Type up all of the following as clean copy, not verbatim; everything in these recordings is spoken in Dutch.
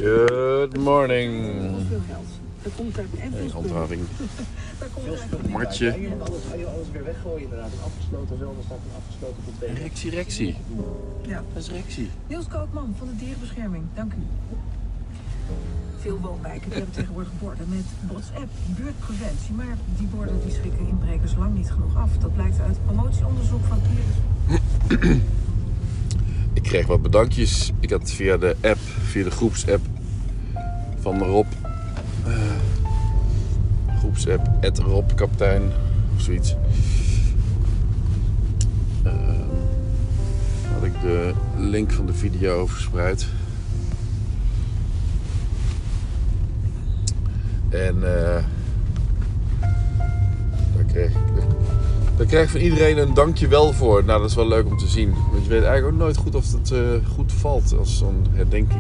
Good morning. Veel geld. Dat komt daar en Hey, veel handhaving. Daar komt daar. Martje. En alles weer weggooien inderdaad. Een afgesloten zone staat een afgesloten container. Rexie. Ja. Dat is Rexie. Niels Koopman van de Dierenbescherming, dank u. Veel woonwijken hebben tegenwoordig borden met WhatsApp, buurtpreventie. Maar die borden die schrikken inbrekers lang niet genoeg af. Dat blijkt uit promotieonderzoek van Iris. Ik kreeg wat bedankjes. Ik had via de app, via de groepsapp van Rob. Groepsapp, @Rob Kaptein of zoiets. Had ik de link van de video verspreid. En daar krijg ik van iedereen een dankjewel voor. Nou, dat is wel leuk om te zien. Want je weet eigenlijk ook nooit goed of het goed valt als zo'n herdenking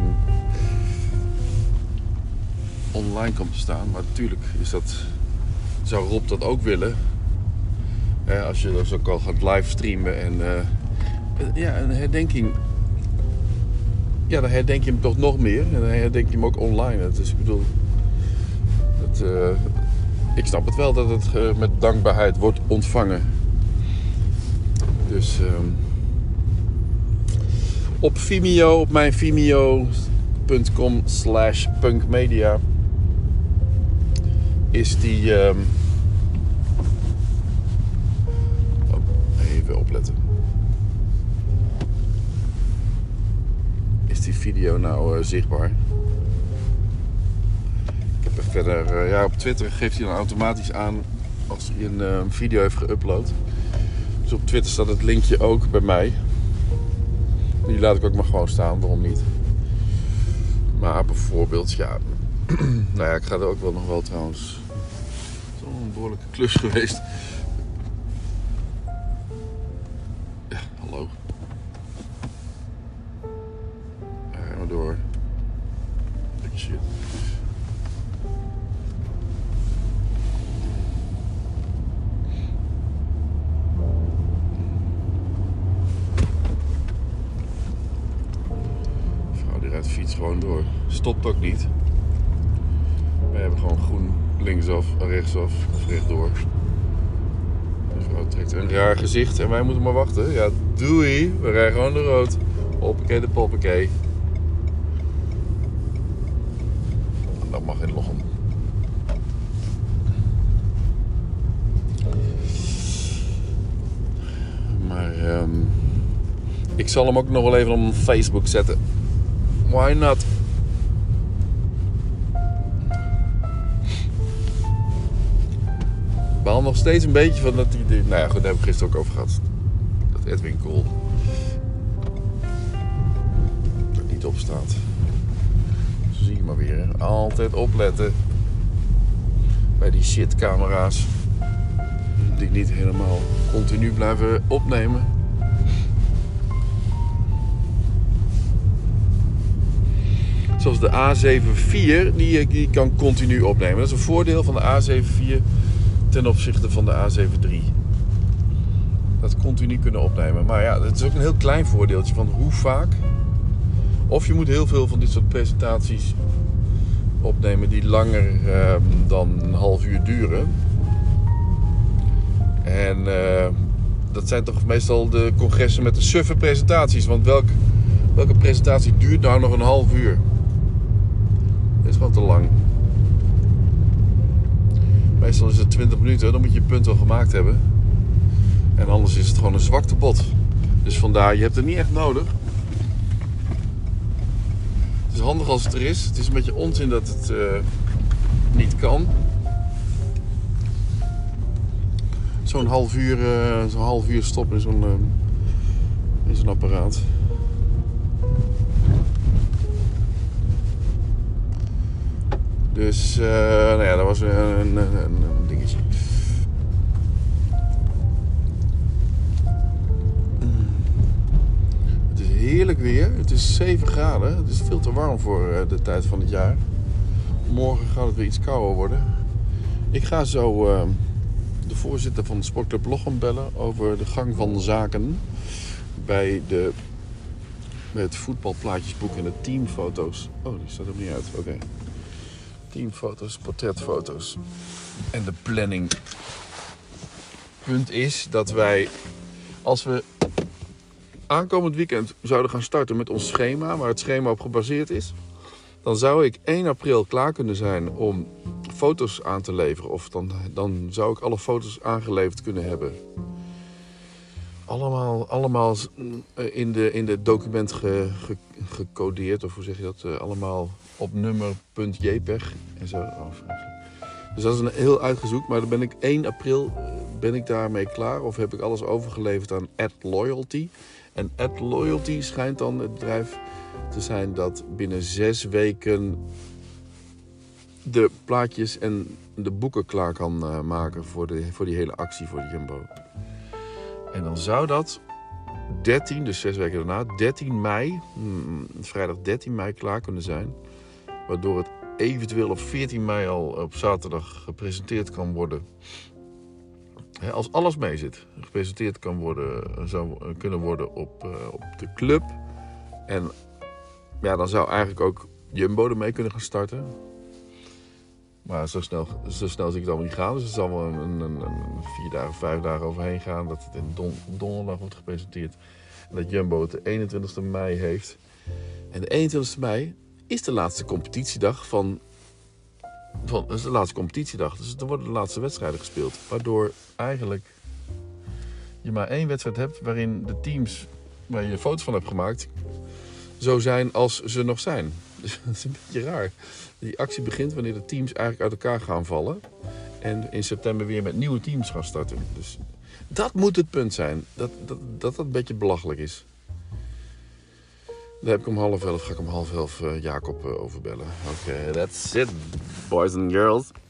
online komt te staan. Maar natuurlijk zou Rob dat ook willen. Als je dus ook al gaat livestreamen en een herdenking. Ja, dan herdenk je hem toch nog meer. En dan herdenk je hem ook online. Dus ik bedoel, ik snap het wel dat het met dankbaarheid wordt ontvangen. Dus op Vimeo, op mijn vimeo.com/punkmedia is die... even opletten. Is die video nou zichtbaar? Verder, op Twitter geeft hij dan automatisch aan als hij een video heeft geüpload. Dus op Twitter staat het linkje ook bij mij. Die laat ik ook maar gewoon staan, waarom niet? Maar bijvoorbeeld, nou ja, ik ga er ook wel nog wel trouwens. Het is wel een behoorlijke klus geweest. Ja, hallo. Ga maar door. Shit. De fiets gewoon door. Stopt ook niet. We hebben gewoon groen linksaf, rechtsaf of rechtdoor. De vrouw trekt een raar gezicht en wij moeten maar wachten. Ja, doei. We rijden gewoon de rood. Hoppakee de poppakee. Dat mag in Lochem. Maar ik zal hem ook nog wel even op Facebook zetten. Why not? Ik baal nog steeds een beetje van dat hij... Nou ja, goed, daar hebben we gisteren ook over gehad. Dat Edwin Kool er niet op staat. Zo zie je maar weer. Hè. Altijd opletten. Bij die shitcamera's. Die niet helemaal continu blijven opnemen. Zoals de A74, die kan continu opnemen. Dat is een voordeel van de A74 ten opzichte van de A73. Dat continu kunnen opnemen. Maar ja, dat is ook een heel klein voordeeltje van hoe vaak. Of je moet heel veel van dit soort presentaties opnemen die langer dan een half uur duren. En dat zijn toch meestal de congressen met de suffe presentaties. Want welke presentatie duurt nou nog een half uur? Dat is wat te lang. Meestal is het 20 minuten, dan moet je je punt wel gemaakt hebben. En anders is het gewoon een zwaktebod. Dus vandaar, je hebt het niet echt nodig. Het is handig als het er is. Het is een beetje onzin dat het niet kan. Zo'n half uur stoppen in zo'n apparaat. Dus, nou ja, dat was een dingetje. Het is heerlijk weer. Het is 7 graden. Het is veel te warm voor de tijd van het jaar. Morgen gaat het weer iets kouder worden. Ik ga zo de voorzitter van de sportclub Lochem bellen over de gang van zaken bij de Met het voetbalplaatjesboek en de teamfoto's. Oh, die staat er niet uit. Oké. Teamfoto's, portretfoto's. En de planning. Punt is dat wij, als we aankomend weekend zouden gaan starten met ons schema, waar het schema op gebaseerd is, dan zou ik 1 april klaar kunnen zijn om foto's aan te leveren. Of dan zou ik alle foto's aangeleverd kunnen hebben. Allemaal in de document gecodeerd, of hoe zeg je dat? Allemaal op nummer.jpg en zo. Oh, dus dat is een heel uitgezoekt, maar dan ben ik 1 april daarmee klaar. Of heb ik alles overgeleverd aan @loyalty. En @loyalty schijnt dan het bedrijf te zijn dat binnen 6 weken de plaatjes en de boeken klaar kan maken voor die hele actie voor de Jumbo. En dan zou dat 13, dus 6 weken daarna, 13 mei, vrijdag 13 mei klaar kunnen zijn. Waardoor het eventueel op 14 mei al op zaterdag gepresenteerd kan worden. Als alles mee zit, gepresenteerd zou kunnen worden op de club. En ja, dan zou eigenlijk ook Jumbo ermee kunnen gaan starten. Maar zo snel zie ik het allemaal niet gaan. Dus er zal wel een 4 dagen, 5 dagen overheen gaan. Dat het in donderdag wordt gepresenteerd. En dat Jumbo het de 21ste mei heeft. En de 21ste mei is de laatste competitiedag dat is de laatste competitiedag. Dus er worden de laatste wedstrijden gespeeld. Waardoor eigenlijk je maar 1 wedstrijd hebt waarin de teams waar je foto's van hebt gemaakt zo zijn als ze nog zijn. Dus dat is een beetje raar. Die actie begint wanneer de teams eigenlijk uit elkaar gaan vallen. En in september weer met nieuwe teams gaan starten. Dus dat moet het punt zijn. Dat een beetje belachelijk is. Daar heb ik ga ik om 10:30 Jacob overbellen. Oké, that's it, boys and girls.